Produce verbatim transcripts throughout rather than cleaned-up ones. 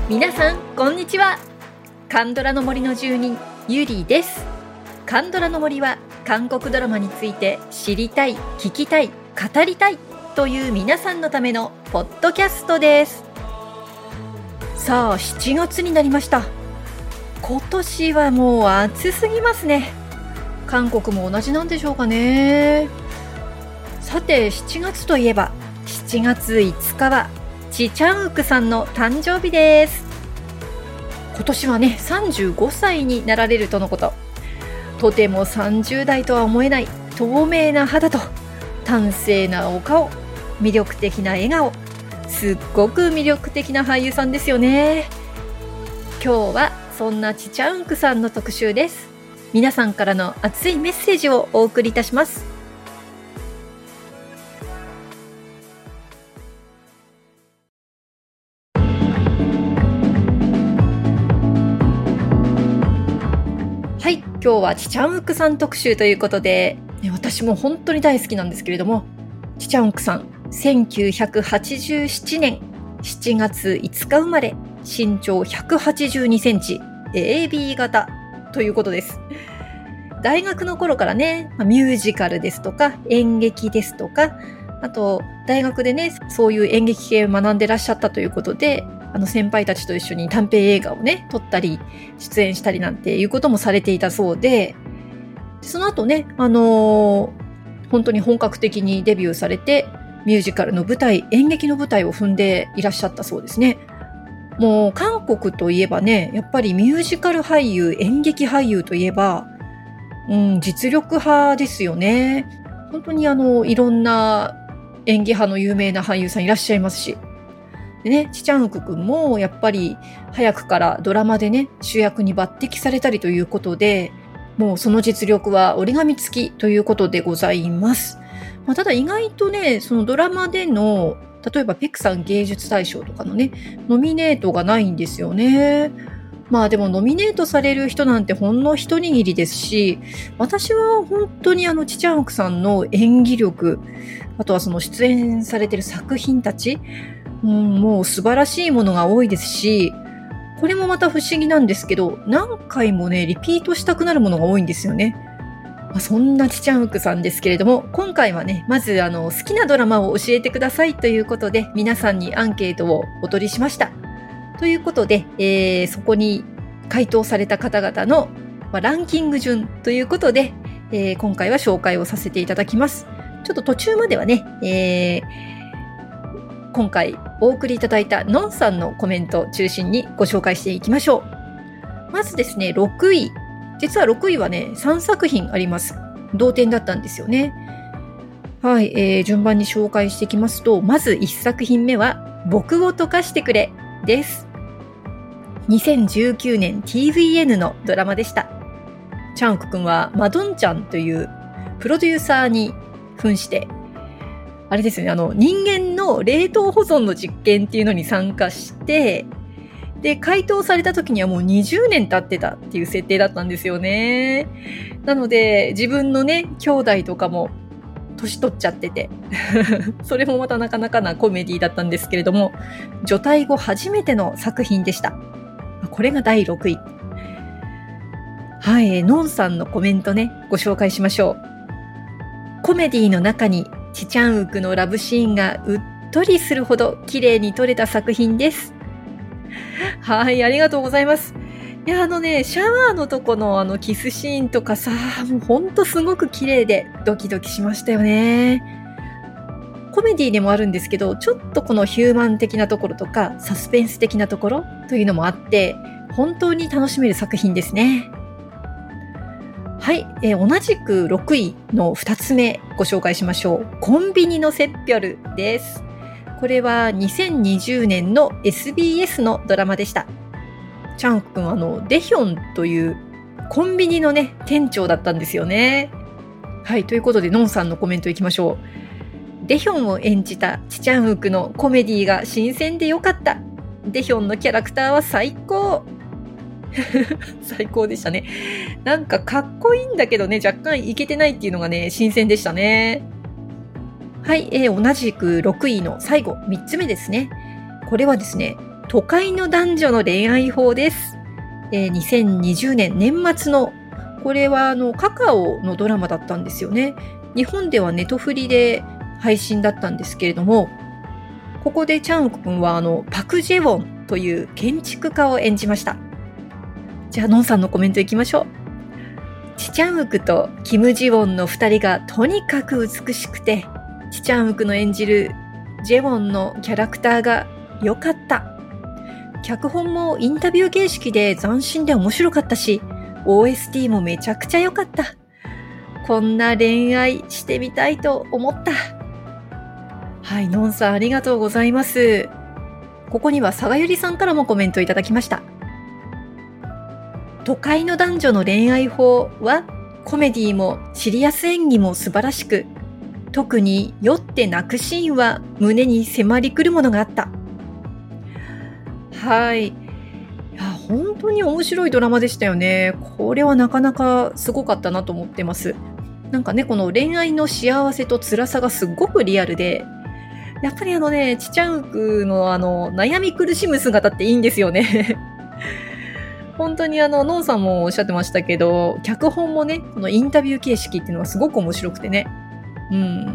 皆さんこんにちは。カンドラの森の住人ゆりです。カンドラの森は韓国ドラマについて知りたい、聞きたい、語りたいという皆さんのためのポッドキャストです。さあしちがつになりました。今年はもう暑すぎますね。韓国も同じなんでしょうかね。さてしちがつといえばしちがついつかはチチャンウクさんの誕生日です。今年はねさんじゅうごさいになられるとのこと。とてもさんじゅうだいとは思えない透明な肌と端正なお顔、魅力的な笑顔、すっごく魅力的な俳優さんですよね。今日はそんなチチャンウクさんの特集です。皆さんからの熱いメッセージをお送りいたします。はい、今日はチチャンウクさん特集ということで、私も本当に大好きなんですけれども、チチャンウクさんせんきゅうひゃくはちじゅうななねんしちがついつか生まれ、身長ひゃくはちじゅうにセンチ、エービー 型ということです。大学の頃からね、ミュージカルですとか演劇ですとか、あと大学でねそういう演劇系を学んでらっしゃったということで、あの先輩たちと一緒に短編映画をね撮ったり出演したりなんていうこともされていたそうで、その後ね、あのー、本当に本格的にデビューされてミュージカルの舞台、演劇の舞台を踏んでいらっしゃったそうですね。もう韓国といえばね、やっぱりミュージカル俳優、演劇俳優といえば、うん、実力派ですよね。本当にあのいろんな演技派の有名な俳優さんいらっしゃいますし、でね、チチャンウク君もやっぱり早くからドラマでね主役に抜擢されたりということで、もうその実力は折り紙付きということでございます。まあ、ただ意外とね、そのドラマでの例えばペクさん芸術大賞とかのねノミネートがないんですよね。まあでもノミネートされる人なんてほんの一握りですし、私は本当にあのチチャンウクさんの演技力、あとはその出演されている作品たち、うん、もう素晴らしいものが多いですし、これもまた不思議なんですけど、何回もねリピートしたくなるものが多いんですよね。まあ、そんなチチャンウクさんですけれども、今回はねまずあの好きなドラマを教えてくださいということで皆さんにアンケートをお取りしました。ということで、えー、そこに回答された方々の、まあ、ランキング順ということで、えー、今回は紹介をさせていただきます。ちょっと途中まではね、えー、今回お送りいただいたのんさんのコメントを中心にご紹介していきましょう。まずですね、ろくい。実はろくいはねさんさく品あります。同点だったんですよね。はい、えー、順番に紹介していきますと、まずいっさく品目は僕を溶かしてくれです。にせんじゅうきゅうねん ティーブイエヌ のドラマでした。チャンウク君はマドンちゃんというプロデューサーに扮して、あれですよね、あの人間の冷凍保存の実験っていうのに参加して、で回答された時にはもうにじゅうねん経ってたっていう設定だったんですよね。なので自分のね兄弟とかも年取っちゃっててそれもまたなかなかなコメディだったんですけれども、除隊後初めての作品でした。これがだいろくい。はい、のんさんのコメントねご紹介しましょう。コメディの中にチチャンウクのラブシーンがうっとりするほど綺麗に撮れた作品です。はい、ありがとうございます。いや、あのね、シャワーのとこのあのキスシーンとかさ、もうほんとすごく綺麗でドキドキしましたよね。コメディでもあるんですけど、ちょっとこのヒューマン的なところとかサスペンス的なところというのもあって、本当に楽しめる作品ですね。はい、えー、同じくろくいのふたつめご紹介しましょう。コンビニのセッピョルです。これはにせんにじゅうねんの エスビーエス のドラマでした。チャンウク君はあのデヒョンというコンビニのね店長だったんですよね。はい、ということでのんさんのコメントいきましょう。デヒョンを演じたチチャンウクのコメディが新鮮でよかった。デヒョンのキャラクターは最高最高でしたね。なんかかっこいいんだけどね、若干イケてないっていうのがね新鮮でしたね。はい、えー、同じくろくいの最後みっつめですね。これはですね、 都会の男女の恋愛法です。えー、にせんにじゅうねん年末の、これはあのカカオのドラマだったんですよね。日本ではネトフリで配信だったんですけれども、ここでチャンウク君はあのパク・ジェウォンという建築家を演じました。じゃあノンさんのコメントいきましょう。チチャンウクとキム・ジウォンのふたりがとにかく美しくて、チチャンウクの演じるジェウォンのキャラクターが良かった。脚本もインタビュー形式で斬新で面白かったし、オーエスティー もめちゃくちゃ良かった。こんな恋愛してみたいと思った。はい、のんさんありがとうございます。ここにはさがゆりさんからもコメントいただきました。都会の男女の恋愛法はコメディもシリアス演技も素晴らしく、特に酔って泣くシーンは胸に迫り来るものがあった。はい。いや、本当に面白いドラマでしたよね。これはなかなかすごかったなと思ってます。なんかね、この恋愛の幸せと辛さがすごくリアルで、やっぱりあのね、チチャンウクのあの、悩み苦しむ姿っていいんですよね。本当にあの、ノンさんもおっしゃってましたけど、脚本もね、このインタビュー形式っていうのがすごく面白くてね。うん。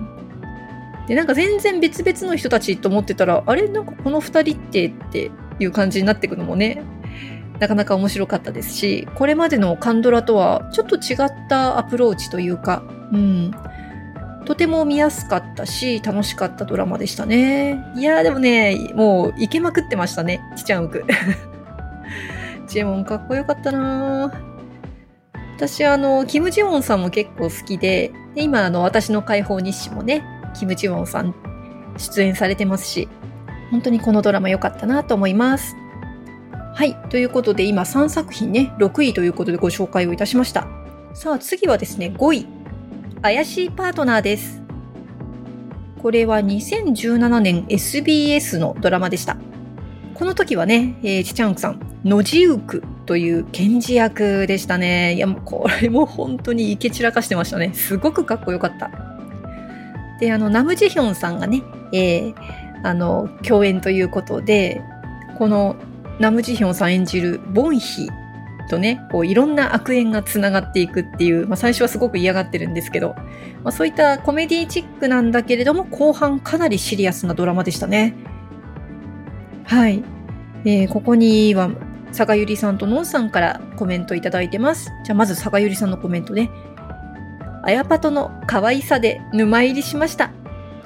で、なんか全然別々の人たちと思ってたら、あれなんかこの二人ってっていう感じになっていくのもね、なかなか面白かったですし、これまでのカンドラとはちょっと違ったアプローチというか、うん。とても見やすかったし、楽しかったドラマでしたね。いやーでもね、もうイケまくってましたね、チチャンウク。ジェウォンかっこよかったなー。私あの、キム・ジウォンさんも結構好きで、で今あの、私の解放日誌もね、キム・ジウォンさん出演されてますし、本当にこのドラマ良かったなと思います。はい。ということで今さんさく品ね、ろくいということでご紹介をいたしました。さあ次はですね、ごい。怪しいパートナーです。これはにせんじゅうななねん エスビーエス のドラマでした。この時はね、えー、チチャンウクさん、ノジウクという検事役でしたね。いやもうこれも本当にイケ散らかしてましたね。すごくかっこよかった。で、あの、ナムジヒョンさんがね、えー、あの、共演ということで、このナムジヒョンさん演じるボンヒとね、こういろんな悪縁がつながっていくっていう、まあ、最初はすごく嫌がってるんですけど、まあ、そういったコメディチックなんだけれども、後半かなりシリアスなドラマでしたね。はい。えー、ここには、さがゆりさんとのんさんからコメントいただいてます。じゃあまずさがゆりさんのコメントね。あやぱとの可愛さで沼入りしました。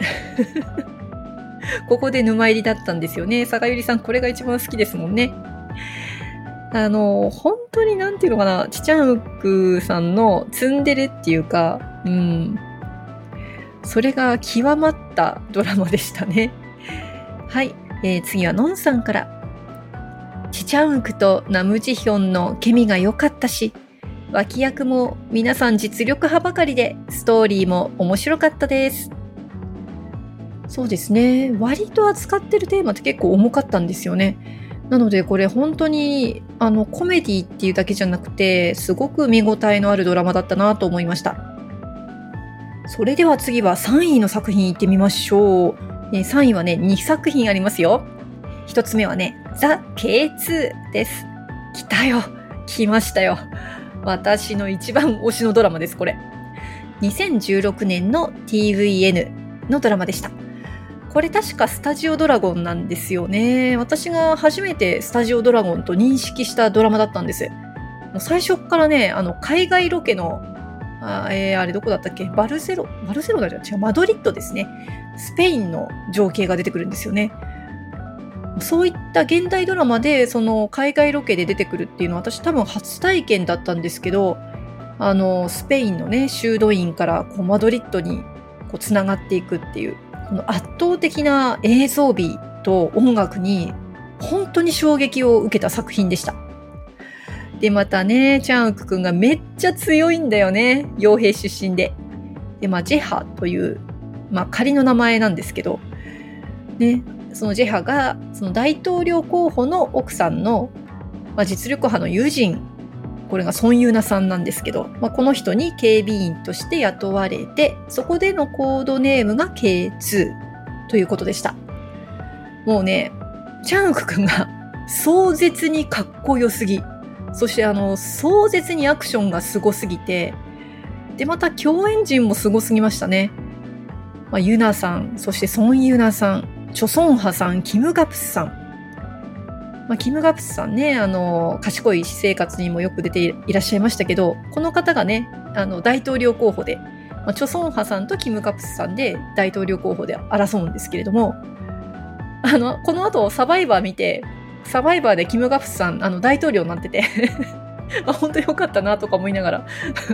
ここで沼入りだったんですよね。さがゆりさん、これが一番好きですもんね。あの、本当になんていうのかな、チチャンウクさんのツンデレっていうか、うん。それが極まったドラマでしたね。はい。えー、次はのんさんから。チチャンウクとナムジヒョンのケミが良かったし、脇役も皆さん実力派ばかりで、ストーリーも面白かったです。そうですね。割と扱ってるテーマって結構重かったんですよね。なのでこれ本当にあのコメディっていうだけじゃなくて、すごく見応えのあるドラマだったなと思いました。それでは次はさんいの作品いってみましょう。えー、さんいはね、にさく品ありますよ。ひとつめはね、ザ・ケーツー です。来たよ。来ましたよ。私の一番推しのドラマです、これ。にせんじゅうろくねんの ティーブイエヌ のドラマでした。これ確かスタジオドラゴンなんですよね。私が初めてスタジオドラゴンと認識したドラマだったんです。もう最初からね、あの、海外ロケの、あ, えー、あれどこだったっけバルセロ、バルセロナじゃ違う、マドリッドですね。スペインの情景が出てくるんですよね。そういった現代ドラマで、その海外ロケで出てくるっていうのは私多分初体験だったんですけど、あの、スペインのね、修道院からこうマドリッドにこう繋がっていくっていう、この圧倒的な映像美と音楽に本当に衝撃を受けた作品でした。で、またね、チャンウクくんがめっちゃ強いんだよね。傭兵出身で。で、まあ、ジェハという、まあ、仮の名前なんですけど、ね、そのジェハが、その大統領候補の奥さんの、まあ、実力派の友人、これがソンユナさんなんですけど、まあ、この人に警備員として雇われて、そこでのコードネームが ケーツー ということでした。もうね、チャンウクくんが壮絶にかっこよすぎ。そしてあの、壮絶にアクションがすごすぎて、で、また共演陣もすごすぎましたね。まあ、ユナさん、そしてソンユナさん、チョソンハさん、キムガプスさん。まあ、キムガプスさんね、あの、賢い私生活にもよく出ていらっしゃいましたけど、この方がね、あの、大統領候補で、まあ、チョソンハさんとキムガプスさんで大統領候補で争うんですけれども、あの、この後サバイバー見て、サバイバーでキムガプスさん、あの、大統領になってて、あ、本当によかったなとか思いながら。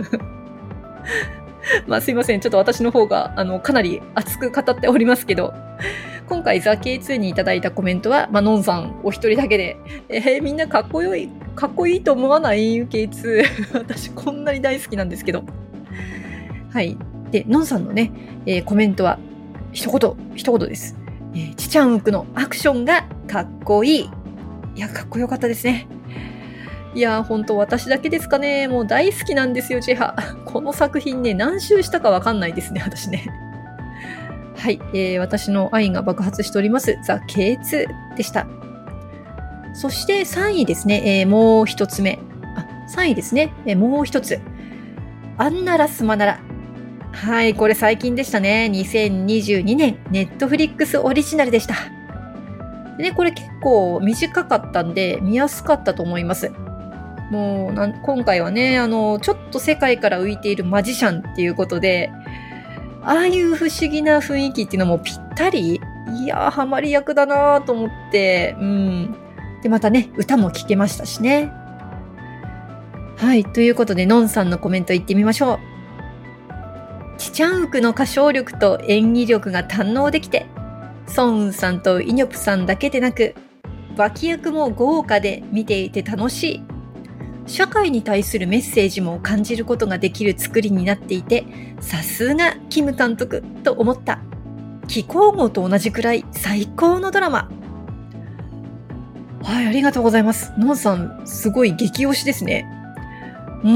まあすいません。ちょっと私の方が、あの、かなり熱く語っておりますけど、今回ザ ケーツー にいただいたコメントは、まあ、ノンさんお一人だけで、えー、みんなかっこよい、かっこいいと思わない ケーツー。私こんなに大好きなんですけど。はい。で、ノンさんのね、えー、コメントは、一言、一言です。えー、チチャンウクのアクションがかっこいい。いや、かっこよかったですね。いやー、ほんと私だけですかね。もう大好きなんですよ、ジェハ。この作品ね、何周したかわかんないですね、私ね。はい、えー、私の愛が爆発しております、ザ・ケーツー でした。そしてさんいですね、えー、もう一つ目。あ、さんいですね、えー、もう一つ。アンナラスマナラ。はい、これ最近でしたね。にせんにじゅうにねん、ネットフリックスオリジナルでした。でね、これ結構短かったんで、見やすかったと思います。もうなん今回はね、あの、ちょっと世界から浮いているマジシャンっていうことで、ああいう不思議な雰囲気っていうのもぴったり、いやー、ハマり役だなーと思って、うん。で、またね、歌も聴けましたしね。はい、ということで、のんさんのコメントいってみましょう。チチャンウクの歌唱力と演技力が堪能できて、ソンウンさんとイニョプさんだけでなく、脇役も豪華で見ていて楽しい。社会に対するメッセージも感じることができる作りになっていて、さすがキム監督と思った。気候号と同じくらい最高のドラマ。はい、ありがとうございます。ノンさん、すごい激推しですね。うん、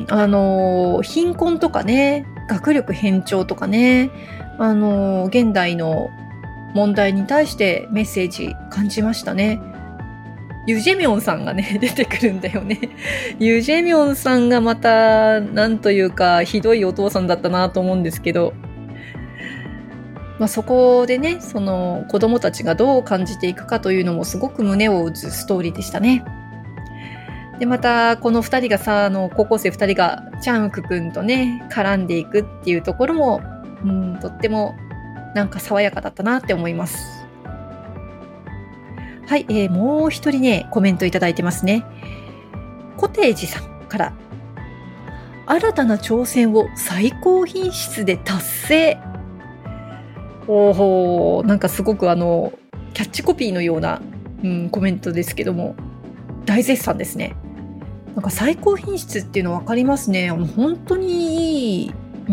あのー、貧困とかね、学力偏重とかね、あのー、現代の問題に対してメッセージ感じましたね。ユジェミョンさんがね、出てくるんだよね。ユジェミョンさんがまた、なんというか、ひどいお父さんだったなと思うんですけど、まあ、そこでね、その子供たちがどう感じていくかというのもすごく胸を打つストーリーでしたね。で、また、この二人がさ、あの、高校生二人が、チャンウクくんとね、絡んでいくっていうところも、うん、とっても、なんか爽やかだったなって思います。はい、えー、もう一人ね、コメントいただいてますね。コテージさんから、新たな挑戦を最高品質で達成。おほー、なんかすごくあの、キャッチコピーのような、うん、コメントですけども、大絶賛ですね。なんか最高品質っていうの分かりますね。本当にいい、うん、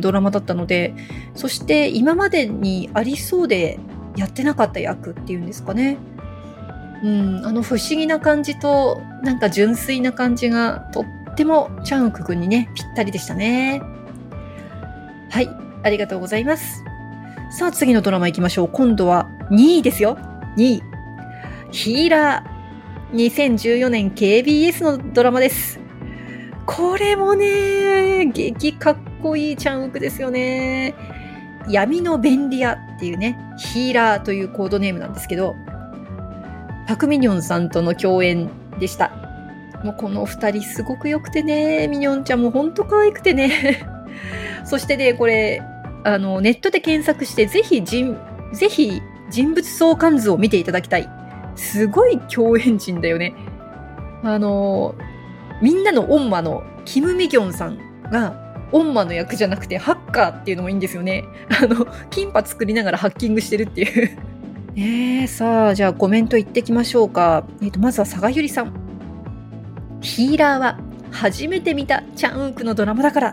ドラマだったので、そして今までにありそうでやってなかった役っていうんですかね。うん、あの不思議な感じとなんか純粋な感じがとってもチャンウク君にねぴったりでしたね。はい、ありがとうございます。さあ次のドラマ行きましょう。今度はにいですよ。にい、ヒーラー。にせんじゅうよねん ケービーエス のドラマです。これもね激かっこいいチャンウクですよね。闇の便利屋っていうねヒーラーというコードネームなんですけど、パク・ミニョンさんとの共演でした。もうこの二人すごく良くてね、ミニョンちゃんもほんと可愛くてね。そしてね、これ、あの、ネットで検索して、ぜひ人、ぜひ人物相関図を見ていただきたい。すごい共演陣だよね。あの、みんなのオンマのキム・ミギョンさんが、オンマの役じゃなくてハッカーっていうのもいいんですよね。あの、キンパ作りながらハッキングしてるっていう。えー、さあ、じゃあコメントいってきましょうか。えーと、まずは佐賀ゆりさん。ヒーラーは初めて見たチャンウクのドラマだから。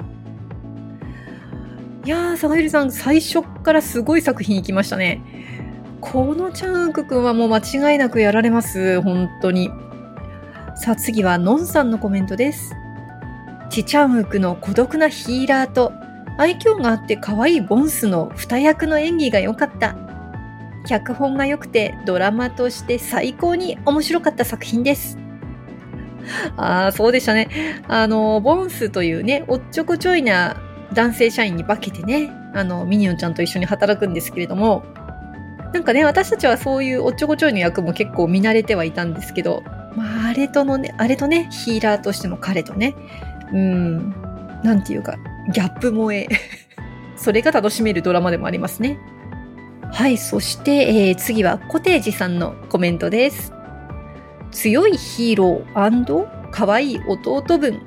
いやー、佐賀ゆりさん、最初からすごい作品行きましたね。このチャンウクくんはもう間違いなくやられます。本当に。さあ、次はノンさんのコメントです。チチャンウクの孤独なヒーラーと愛嬌があって可愛いボンスの二役の演技が良かった。 脚本が良くてドラマとして最高に面白かった作品です。ああ、そうでしたね。あの、ボンスというね、おっちょこちょいな男性社員に化けてね、あの、ミニオンちゃんと一緒に働くんですけれども、なんかね、私たちはそういうおっちょこちょいの役も結構見慣れてはいたんですけど、まあ、あれとのね、あれとね、ヒーラーとしての彼とね、うーん、なんていうか、ギャップ萌え。それが楽しめるドラマでもありますね。はい、そして、えー、次はコテージさんのコメントです。強いヒーロー&可愛い弟分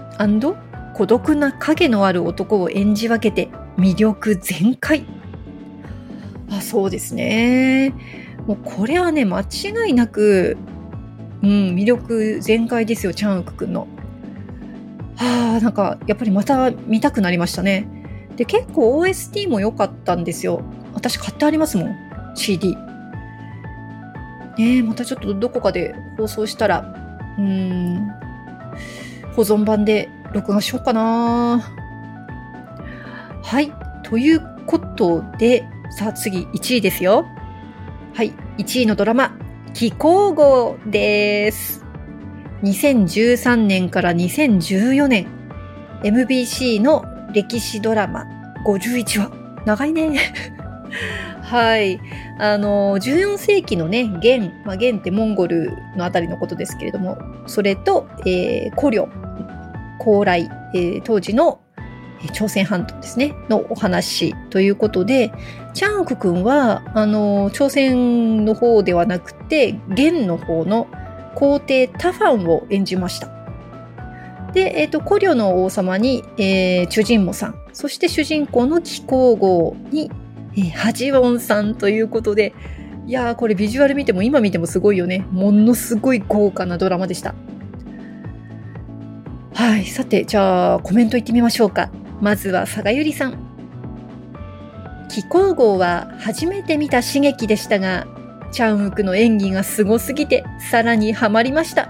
&孤独な影のある男を演じ分けて魅力全開。あ、そうですね。もうこれはね、間違いなく、うん、魅力全開ですよ、チャンウクくんの。はあ、なんかやっぱりまた見たくなりましたね。で、結構 オーエスティー も良かったんですよ。私買ってありますもん、シーディー。ねえ、またちょっとどこかで放送したら、うーん、保存版で録画しようかな。はい、ということで、さあ次いちいですよ。はい、いちいのドラマ、気候号です。にせんじゅうさんねんからにせんじゅうよねん、エムビーシー の歴史ドラマごじゅういちわ。長いね。はい。あの、じゅうよんせいきのね、元、まあ、元ってモンゴルのあたりのことですけれども、それと、えー、古領、高麗、えー、当時の朝鮮半島ですね、のお話ということで、チャンウク君は、あの、朝鮮の方ではなくて、元の方の皇帝タファンを演じました。で、えっと、古領の王様に、えー、チュジンモさん、そして主人公の気候号に、えー、ハジウォンさんということで、いやー、これビジュアル見ても今見てもすごいよね。ものすごい豪華なドラマでした。はい、さて、じゃあコメントいってみましょうか。まずは佐賀ゆりさん。気候号は初めて見た刺激でしたが、チャンウクの演技がすごすぎてさらにハマりました。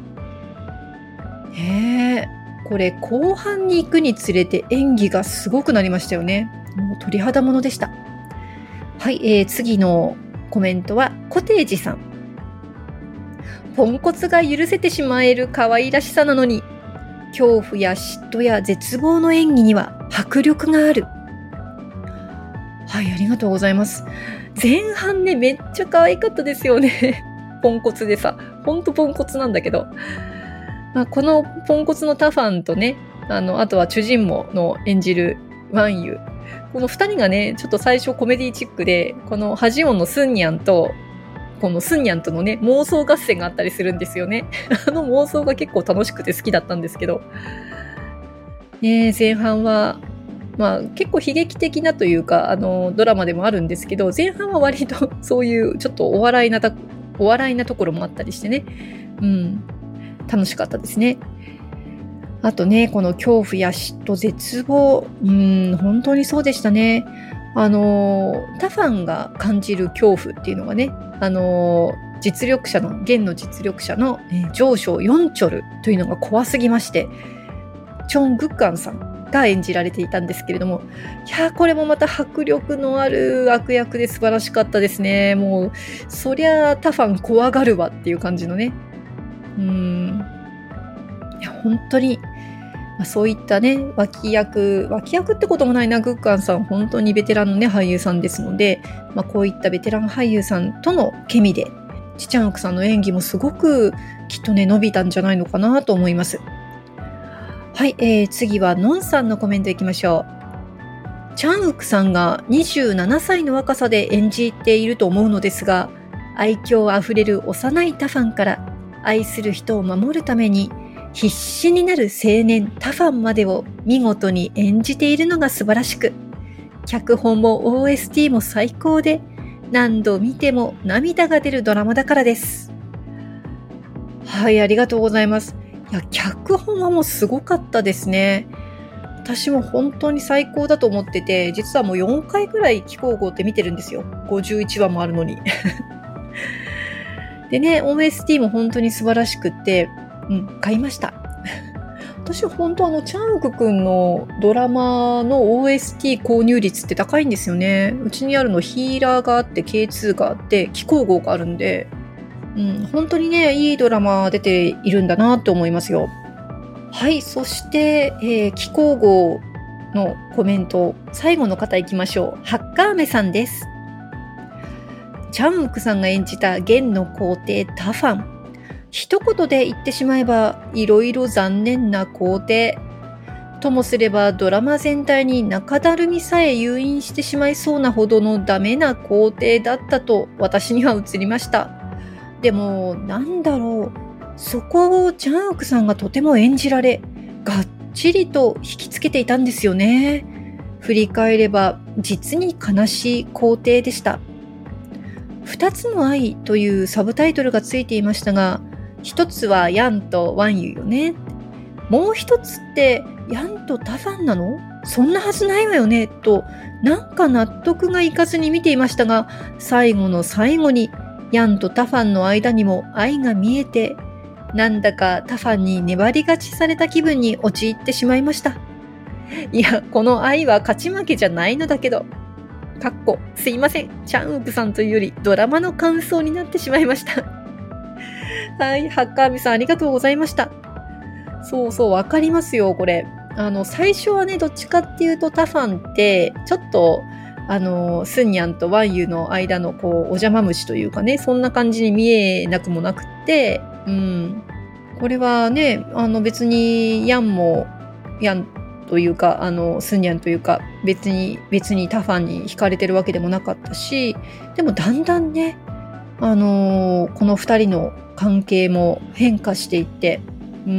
ねえ、これ後半に行くにつれて演技がすごくなりましたよね。もう鳥肌ものでした。はい、えー、次のコメントはコテージさん。ポンコツが許せてしまえる可愛らしさなのに、恐怖や嫉妬や絶望の演技には迫力がある。はい、ありがとうございます。前半ね、めっちゃ可愛かったですよね。ポンコツでさ、ほんとポンコツなんだけど。まあ、このポンコツのタファンとね、あの、あとはチュジンモの演じるワンユ。この二人がね、ちょっと最初コメディチックで、このハジオンのスンニャンと、このスンニャンとのね、妄想合戦があったりするんですよね。あの妄想が結構楽しくて好きだったんですけど。ね、前半は、まあ結構悲劇的なというか、あの、ドラマでもあるんですけど、前半は割とそういうちょっとお笑いなた、お笑いなところもあったりしてね。うん。楽しかったですね。あとね、この恐怖や嫉妬、絶望、うん、本当にそうでしたね。あの、タファンが感じる恐怖っていうのがね、あの、実力者の、現の実力者の、えー、上昇ヨンチョルというのが怖すぎまして、チョン・グッカンさんが演じられていたんですけれども、いやー、これもまた迫力のある悪役で素晴らしかったですね。もう、そりゃタファン怖がるわっていう感じのね。うーん。いや、本当に、まあ、そういったね、脇役、脇役ってこともないな、グッカンさん、本当にベテランのね、俳優さんですので、まあ、こういったベテラン俳優さんとのケミで、チチャンウクさんの演技もすごくきっとね、伸びたんじゃないのかなと思います。はい、えー、次はノンさんのコメントいきましょう。チャンウクさんがにじゅうななさいの若さで演じていると思うのですが、愛嬌あふれる幼いタファンから愛する人を守るために必死になる青年タファンまでを見事に演じているのが素晴らしく、脚本も オーエスティー も最高で、何度見ても涙が出るドラマだからです。はい、ありがとうございます。いや、脚本はもうすごかったですね。私も本当に最高だと思ってて、実はもうよんかいぐらい気候号って見てるんですよ。ごじゅういちわもあるのに。でね、オーエスティー も本当に素晴らしくって、うん、買いました。 私本当あのチャンウクくんのドラマの オーエスティー 購入率って高いんですよね。うちにあるのヒーラーがあって ケーツー があって気候号があるんで、うん、本当にねいいドラマ出ているんだなと思いますよ。はい、そして、えー、気候号のコメント最後の方いきましょう。ハッカーメさんです。チャンウクさんが演じた元の皇帝タファン、一言で言ってしまえばいろいろ残念な皇帝ともすればドラマ全体に中だるみさえ誘引してしまいそうなほどのダメな皇帝だったと私には映りました。でもなんだろう、そこをチャンウクさんがとても演じられがっちりと引きつけていたんですよね。振り返れば実に悲しい皇帝でした。二つの愛というサブタイトルがついていましたが、一つはヤンとワンユよね。もう一つってヤンとタファンなの？そんなはずないわよねとなんか納得がいかずに見ていましたが、最後の最後にヤンとタファンの間にも愛が見えて、なんだかタファンに粘り勝ちされた気分に陥ってしまいました。いや、この愛は勝ち負けじゃないのだけど、かっこすいません、チャンウクさんというよりドラマの感想になってしまいました。はい、ハッカーミさんありがとうございました。そうそう、わかりますよ、これ。あの、最初はね、どっちかっていうとタファンって、ちょっと、あの、スンニャンとワンユの間の、こう、お邪魔虫というかね、そんな感じに見えなくもなくって、うん。これはね、あの、別に、ヤンも、ヤンというか、あの、スンニャンというか、別に、別にタファンに惹かれてるわけでもなかったし、でもだんだんね、あのー、この二人の関係も変化していって、うん、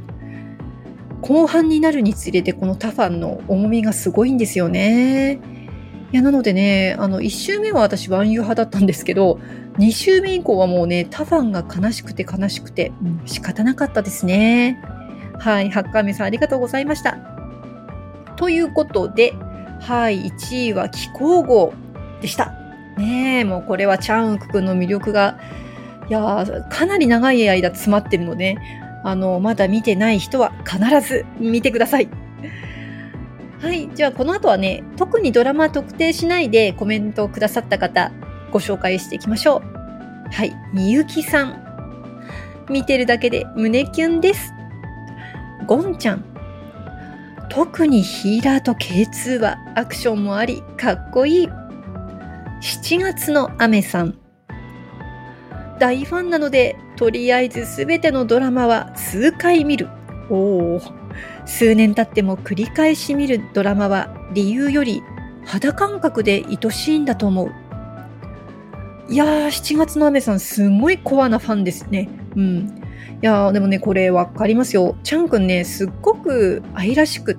後半になるにつれてこのタファンの重みがすごいんですよね。いやなのでね、あのいち周目は私ワンユ派だったんですけど、に周目以降はもうねタファンが悲しくて悲しくて、うん、仕方なかったですね。はい、ハッカーメさんありがとうございました。ということで、はい、いちいは気候号でした。ねえ、もうこれはチャンウクくんの魅力が、いやかなり長い間詰まってるので、あの、まだ見てない人は必ず見てください。はい、じゃあこの後はね、特にドラマ特定しないでコメントをくださった方、ご紹介していきましょう。はい、みゆきさん。見てるだけで胸キュンです。ゴンちゃん。特にヒーラーと ケーツー はアクションもあり、かっこいい。しちがつのアメさん。大ファンなので、とりあえずすべてのドラマは数回見る。おー。数年経っても繰り返し見るドラマは理由より肌感覚で愛しいんだと思う。いやー、しちがつのアメさんすごいコアなファンですね。うん。いやー、でもね、これわかりますよ。チャンくんね、すっごく愛らしくって、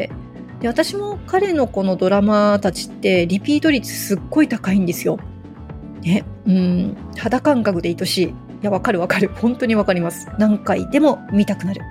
で、私も彼のこのドラマたちってリピート率すっごい高いんですよ。ね、うん、肌感覚で愛しい。いや、わかるわかる。本当にわかります。何回でも見たくなる。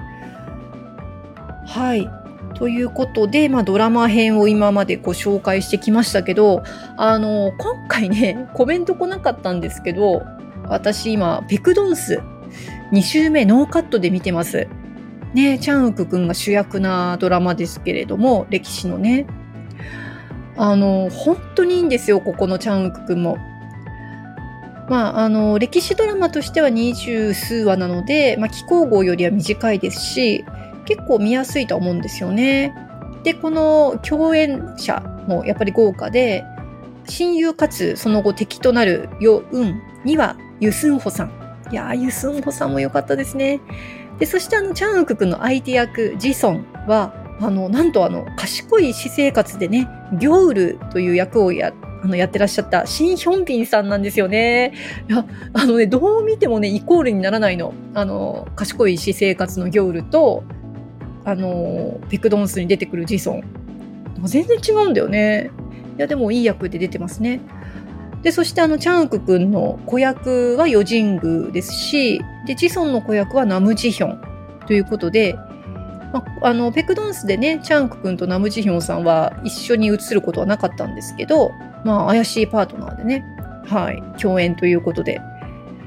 はい。ということで、まあ、ドラマ編を今までご紹介してきましたけど、あの、今回ね、コメント来なかったんですけど、私今、ペクドンスに週目ノーカットで見てます。ね、チャンウクくんが主役なドラマですけれども、歴史のね。あの、本当にいいんですよ、ここのチャンウクくんも。まあ、あの、歴史ドラマとしては二十数話なので、まあ、気候号よりは短いですし、結構見やすいと思うんですよね。で、この共演者もやっぱり豪華で、親友かつその後敵となるヨウンにはユスンホさん。いやー、ユスンホさんも良かったですね。で、そしてあの、チャンウクくんの相手役、ジソンは、あの、なんとあの、賢い私生活でね、ギョウルという役をや、あの、やってらっしゃったシン・ヒョンピンさんなんですよね。いや、あのね、どう見てもね、イコールにならないの。あの、賢い私生活のギョウルと、あの、ペクドンスに出てくるジソン。全然違うんだよね。いや、でもいい役で出てますね。で、そしてあの、チャンウクくんの子役はヨジングですし、で、ジソンの子役はナムジヒョンということで、まあ、あの、ペクドンスでね、チャンウクくんとナムジヒョンさんは一緒に映ることはなかったんですけど、まあ、怪しいパートナーでね、はい、共演ということで。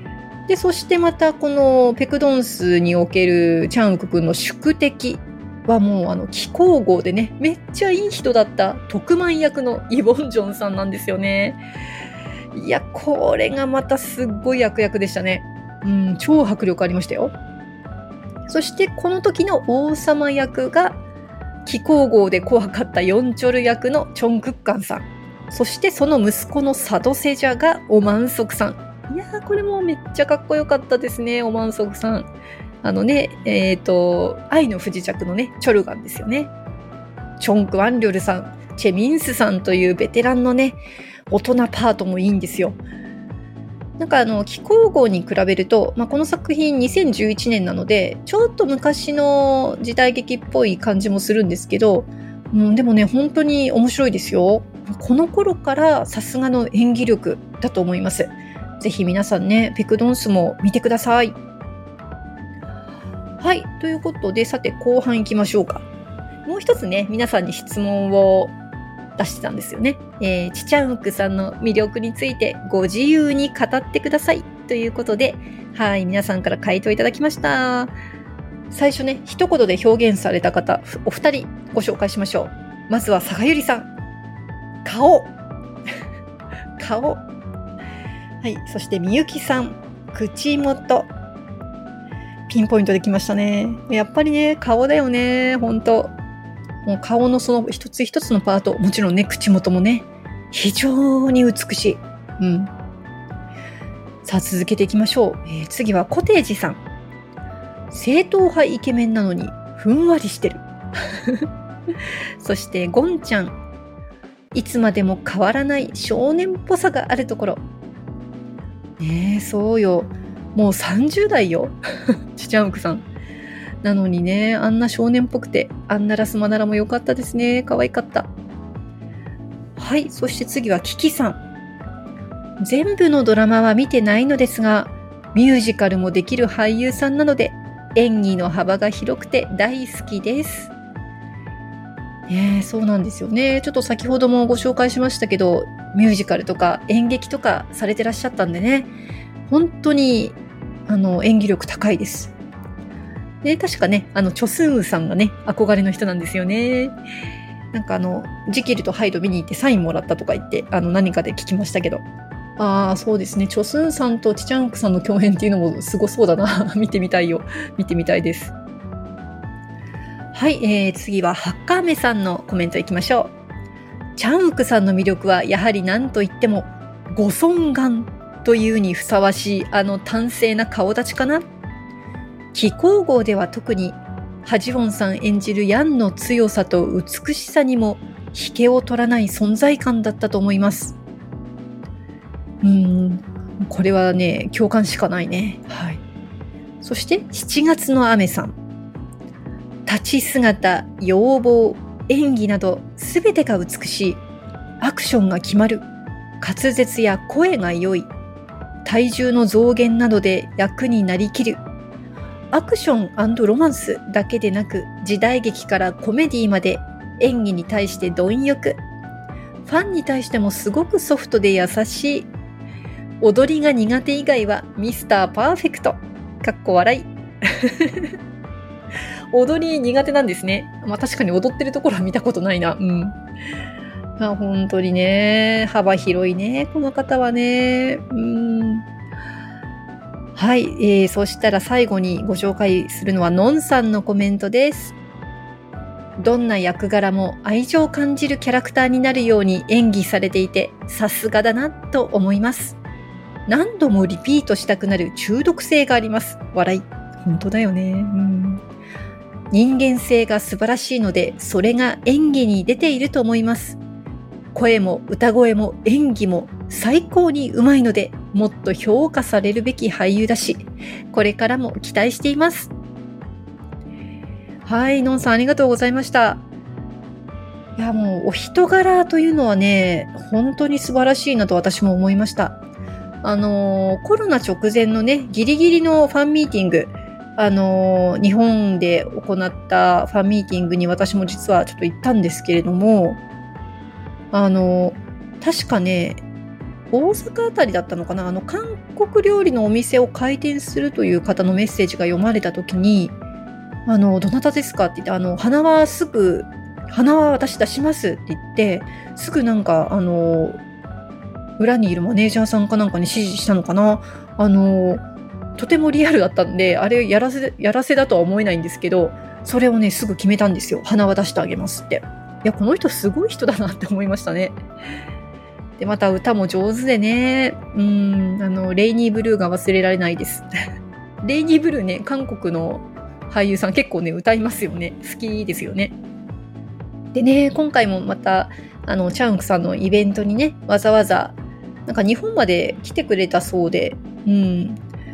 で、そしてまたこのペクドンスにおけるチャンウク君の宿敵はもうあの気候号でね、めっちゃいい人だった特番役のイ・ボンジョンさんなんですよね。いや、これがまたすっごい悪役でしたね。うん、超迫力ありましたよ。そしてこの時の王様役が気候号で怖かったヨンチョル役のチョン・クッカンさん。そしてその息子のサドセジャがオマンソクさん。いやー、これもめっちゃかっこよかったですね、オマンソクさん。あのね、えっと、愛の不時着のね、チョルガンですよね。チョン・クワンリョルさん、チェ・ミンスさんというベテランのね、大人パートもいいんですよ。なんかあの気候号に比べると、まあ、この作品にせんじゅういちねんなのでちょっと昔の時代劇っぽい感じもするんですけど、うん、でもね本当に面白いですよ。この頃からさすがの演技力だと思います。ぜひ皆さんねペクドンスも見てください。はい、ということでさて後半いきましょうか。もう一つね皆さんに質問を出してたんですよね。えー、チチャンウクさんの魅力についてご自由に語ってくださいということで、はい、皆さんから回答いただきました。最初ね、一言で表現された方、お二人ご紹介しましょう。まずは佐賀ゆりさん。顔。顔。はい、そしてみゆきさん。口元。ピンポイントできましたね。やっぱりね、顔だよね、ほんと。もう顔のその一つ一つのパート、もちろんね、口元もね、非常に美しい。うん。さあ、続けていきましょう。えー、次はコテージさん。正統派イケメンなのに、ふんわりしてる。そして、ゴンちゃん。いつまでも変わらない少年っぽさがあるところ。ねえ、そうよ。もうさんじゅう代よ。チチャンウクさん。なのにね、あんな少年っぽくて、あんなラスマナラも良かったですね。可愛かった。はい、そして次はキキさん。全部のドラマは見てないのですが、ミュージカルもできる俳優さんなので、演技の幅が広くて大好きです。ねえ、そうなんですよね。ちょっと先ほどもご紹介しましたけど、ミュージカルとか演劇とかされてらっしゃったんでね、本当にあの演技力高いです。で、確かね、あの、チョスンウさんがね、憧れの人なんですよね。なんかあの、ジキルとハイド見に行ってサインもらったとか言って、あの、何かで聞きましたけど。ああ、そうですね。チョスンさんとチチャンクさんの共演っていうのもすごそうだな。見てみたいよ。見てみたいです。はい、えー、次はハッカーメさんのコメントいきましょう。チャンウクさんの魅力はやはり何と言っても、ご尊顔というにふさわしいあの端正な顔立ちかな。気候号では特にハジウォンさん演じるヤンの強さと美しさにも引けを取らない存在感だったと思います。うーん、これはね、共感しかないね。はい。そしてしちがつの雨さん。立ち姿、容貌、演技などすべてが美しい。アクションが決まる。滑舌や声が良い。体重の増減などで役になりきる。アクション&ロマンスだけでなく時代劇からコメディまで演技に対して貪欲。ファンに対してもすごくソフトで優しい。踊りが苦手以外はミスターパーフェクト。かっこ笑い。踊り苦手なんですね。まあ確かに踊ってるところは見たことないな。うん。まあ本当にね、幅広いね、この方はね。うん。はい、えー、そしたら最後にご紹介するのはのんさんのコメントです。どんな役柄も愛情を感じるキャラクターになるように演技されていてさすがだなと思います。何度もリピートしたくなる中毒性があります。笑い。本当だよね。うん。人間性が素晴らしいのでそれが演技に出ていると思います。声も歌声も演技も最高にうまいのでもっと評価されるべき俳優だし、これからも期待しています。はい、のんさんありがとうございました。いや、もうお人柄というのはね、本当に素晴らしいなと私も思いました。あのー、コロナ直前のね、ギリギリのファンミーティング、あのー、日本で行ったファンミーティングに私も実はちょっと行ったんですけれども、あのー、確かね、大阪あたりだったのかな、あの、関国料理のお店を開店するという方のメッセージが読まれた時に、あのどなたですかって言って、あの花はすぐ花は私出しますって言って、すぐなんかあの裏にいるマネージャーさんかなんかに指示したのかな。あのとてもリアルだったんで、あれやらせやらせだとは思えないんですけど、それをねすぐ決めたんですよ。花は出してあげますって。いや、この人すごい人だなって思いましたね。でまた歌も上手でね、うーんあのレイニーブルーが忘れられないです。レイニーブルーね、韓国の俳優さん結構ね歌いますよね。好きですよね。でね、今回もまたあのチャンウクさんのイベントにね、わざわざなんか日本まで来てくれたそうで、うん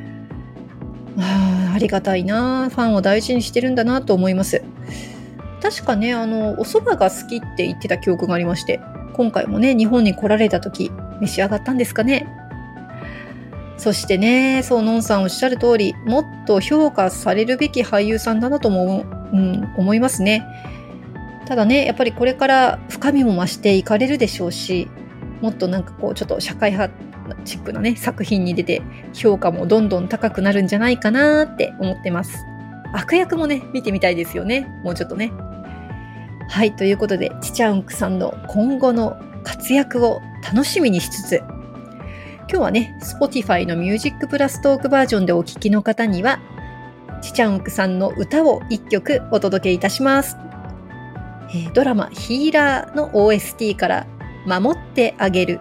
あ, ありがたいな、ファンを大事にしてるんだなと思います。確かね、あのお蕎麦が好きって言ってた記憶がありまして、今回もね日本に来られた時召し上がったんですかね。そしてね、そうのんさんおっしゃる通り、もっと評価されるべき俳優さんだなとも、うん、思いますね。ただね、やっぱりこれから深みも増していかれるでしょうし、もっとなんかこうちょっと社会派チックなね作品に出て評価もどんどん高くなるんじゃないかなって思ってます。悪役もね見てみたいですよね、もうちょっとね。はい、ということでチチャンクさんの今後の活躍を楽しみにしつつ、今日はね Spotify のミュージックプラストークバージョンでお聴きの方にはチチャンクさんの歌をいっきょくお届けいたします。えー、ドラマヒーラーの オーエスティー から守ってあげる。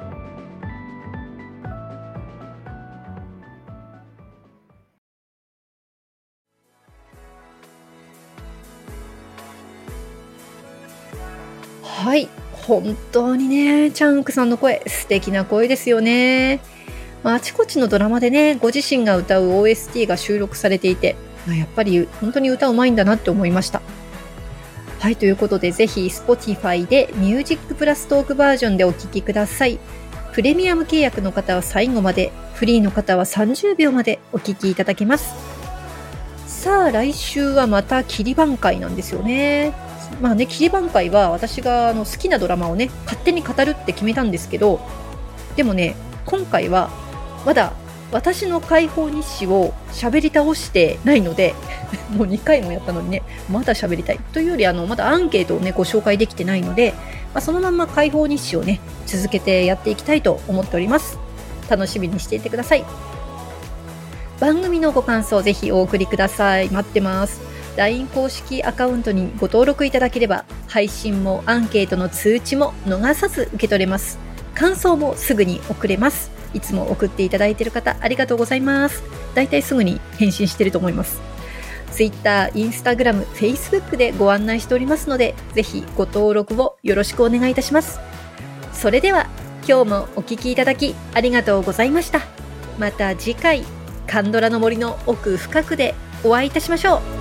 はい、本当にねチャンウクさんの声素敵な声ですよね。まあ、あちこちのドラマでねご自身が歌う オーエスティー が収録されていて、やっぱり本当に歌うまいんだなって思いました。はい、ということでぜひ Spotify でミュージックプラストークバージョンでお聴きください。プレミアム契約の方は最後まで、フリーの方はさんじゅうびょうまでお聴きいただけます。さあ来週はまた切り番会なんですよね。まあね、切り番会は私があの好きなドラマをね勝手に語るって決めたんですけど、でもね今回はまだ私の解放日誌を喋り倒してないのでもうにかいもやったのにねまだ喋りたいというより、あのまだアンケートをねご紹介できてないので、まあ、そのまま解放日誌をね続けてやっていきたいと思っております。楽しみにしていてください。番組のご感想ぜひお送りください。待ってます。ライン 公式アカウントにご登録いただければ配信もアンケートの通知も逃さず受け取れます。感想もすぐに送れます。いつも送っていただいている方ありがとうございます。だいたいすぐに返信していると思います。Twitter、Instagram、Facebook でご案内しておりますので、ぜひご登録をよろしくお願いいたします。それでは今日もお聞きいただきありがとうございました。また次回カンドラの森の奥深くでお会いいたしましょう。